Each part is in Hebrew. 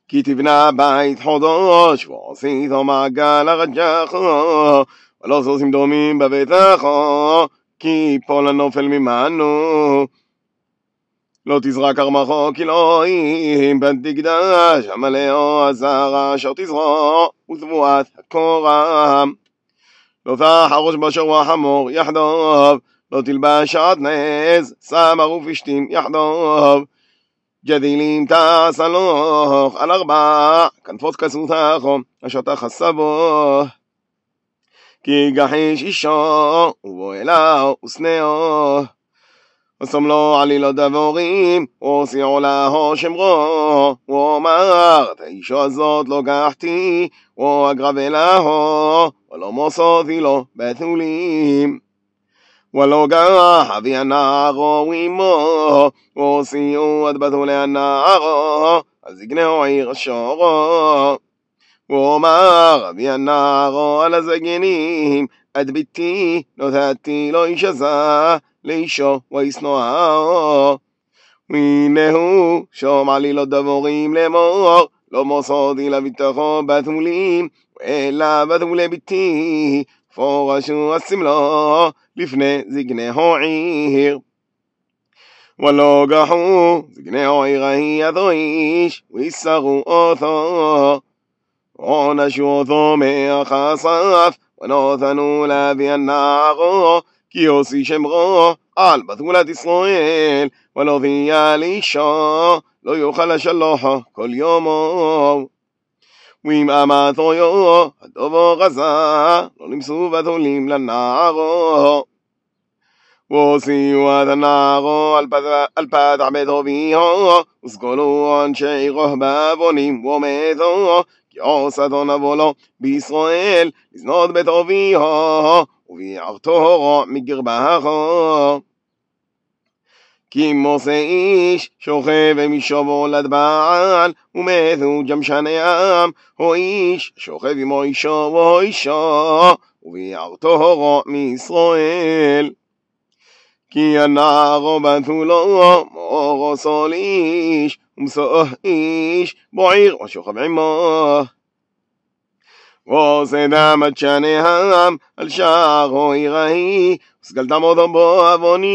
כי תבנה בית חודש, ועשית מעגל ארג'ך, ולא סוסים דומים בביתך, כי יפול הנופל ממנו. לא תזרק ארמחו כלואים, פן תקדש המלאו הזרע אשר תזרוע, ותבואת הכורם. לא תחרוש בשור וחמור יחדיו, לא תלבש שעטנז, סמר ופשתים יחדיו. ג'דילים תעשלוך על ארבע, כנפות כסותך אשר תחסה בו. כי גחיש אישו, ובו אלהו ושנאו. ושם לו עלילות דבורים, והוסיעו לו שמרו, ואומר, את האישו הזאת לא גחתי, ואגרב אלהו, ולא מוסותי לו בתולים. ולא גח אבי הנערו ואמו, והוסיעו עד בתולי הנערו, על זקנהו עיר השורו. ואומר אבי הנערו על הזקנים, עד ביתי נתתי לו איש הזה, לאישו וישנואו. והנה הוא שום עלילות דבורים לאמור, לא מוסותי לביטחו בתולים, אלא בתולי ביתי, פורשו הסמלו לפני זקנהו עיר. ולא גחו זקנהו עיר ההיא עדו איש, ויסרו אותו, עונשו אותו מהכסף, ונתנו לאבי הנערו, כי עושי שמרו על בתולת ישראל, ולא תהיה לאישו, לא יוכל לשלוחו כל יומו. ואם אמתו יו, הדובר הזה, לא נמסו בתולים לנערו. והוציאו עד הנערו על פתח בית אביהו, וסגולו אנשי עירו בעוונים ומתו, כי עושתו נבוא לו בישראל, לזנות בית אביהו, וביערתו מגרבהו. כי מוסה איש שוכב עם אישו והולד בעל, ומתו גם שניהם, או איש שוכב עמו אישו והוא אישו, וביערתו מישראל. כי הנערו בתולו מורו סול איש, ומסוע איש בועיר ושוכב עמו. ועושה דמת שניהם על שערו עיר ההיא, וסגלתם אותם בו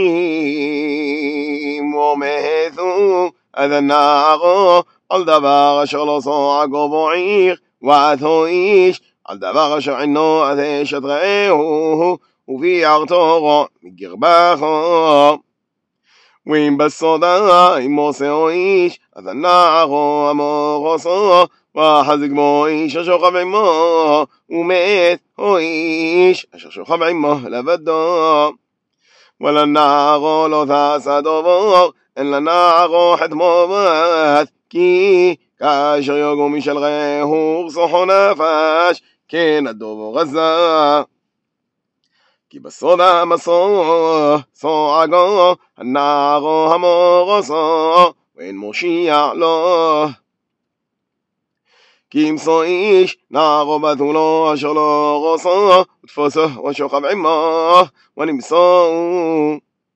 עוונים. ומתו עד הנערו על דבר אשר לא סועגו בועיר, ועתו איש על דבר אשר עינו עד אשת רעהו, וביערתו מגרבהו. ואם בסודה אם עושהו איש, אז הנערו אמור עושו, וחזיק בו איש השוכב עמו, ומת הו איש אשר שוכב עמו לבדו. ולנערו לא תעשה דובור, אין לנערו חתמו בת, כי כאשר יוגו משל רעהו ורצוחו נפש, כן הדובור הזה. כי בסודה מסו סועגו, הנערו המור עשו, ואין מושיע לו. כי ימסו איש נערו בתולו אשר לא רוסו, ותפוסו ושוכב עמו, ונמסו.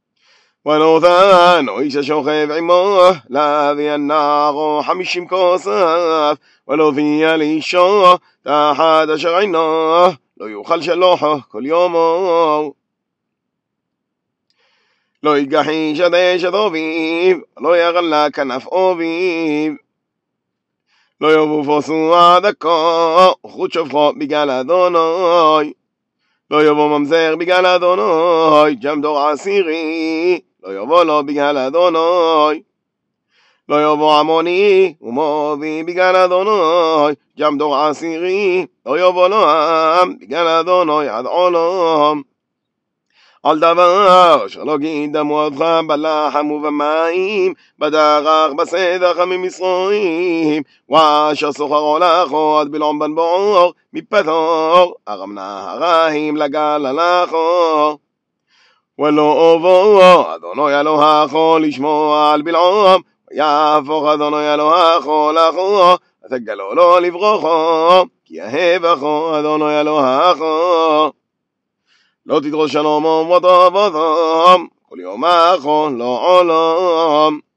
ונותן איש השוכב עמו, להביא הנערו 50 כוסף, ולהביא לאישו תחת אשר עינו, לא יוכל שלוחו כל יומו. לא יגחיש עד אשת אביו, לא ירלה כנף אביו. לא יבוא פוסו עד הכה, וחוט שופכו בגלל אדוני. לא יבוא ממזר בגלל אדוני, גם דור עשירי, לא יבוא לו בגלל אדוני. לא יבוא עמוני ומובי בגלל אדוני, גם דור עשירי, לא יבוא לו עם בגלל אדוני עד עולם. על דבר שלא גידמו אותך בלחם ובמים, בדרך בסדך ממצרים, ואשר סוחרו לכו עד בלעום בן בעור, מפתור ארם נהריים לגל הלכו. ולא אבוא אדוני אלוהיכו לשמוע על בלעום, ויהפוך אדוני אלוהיכו לכו, ותגלו לו לברוחו, כי יהבכו אדוני אלוהיכו. לא תדרוש שלום וטוב וטוב, כל יומך לא עולם.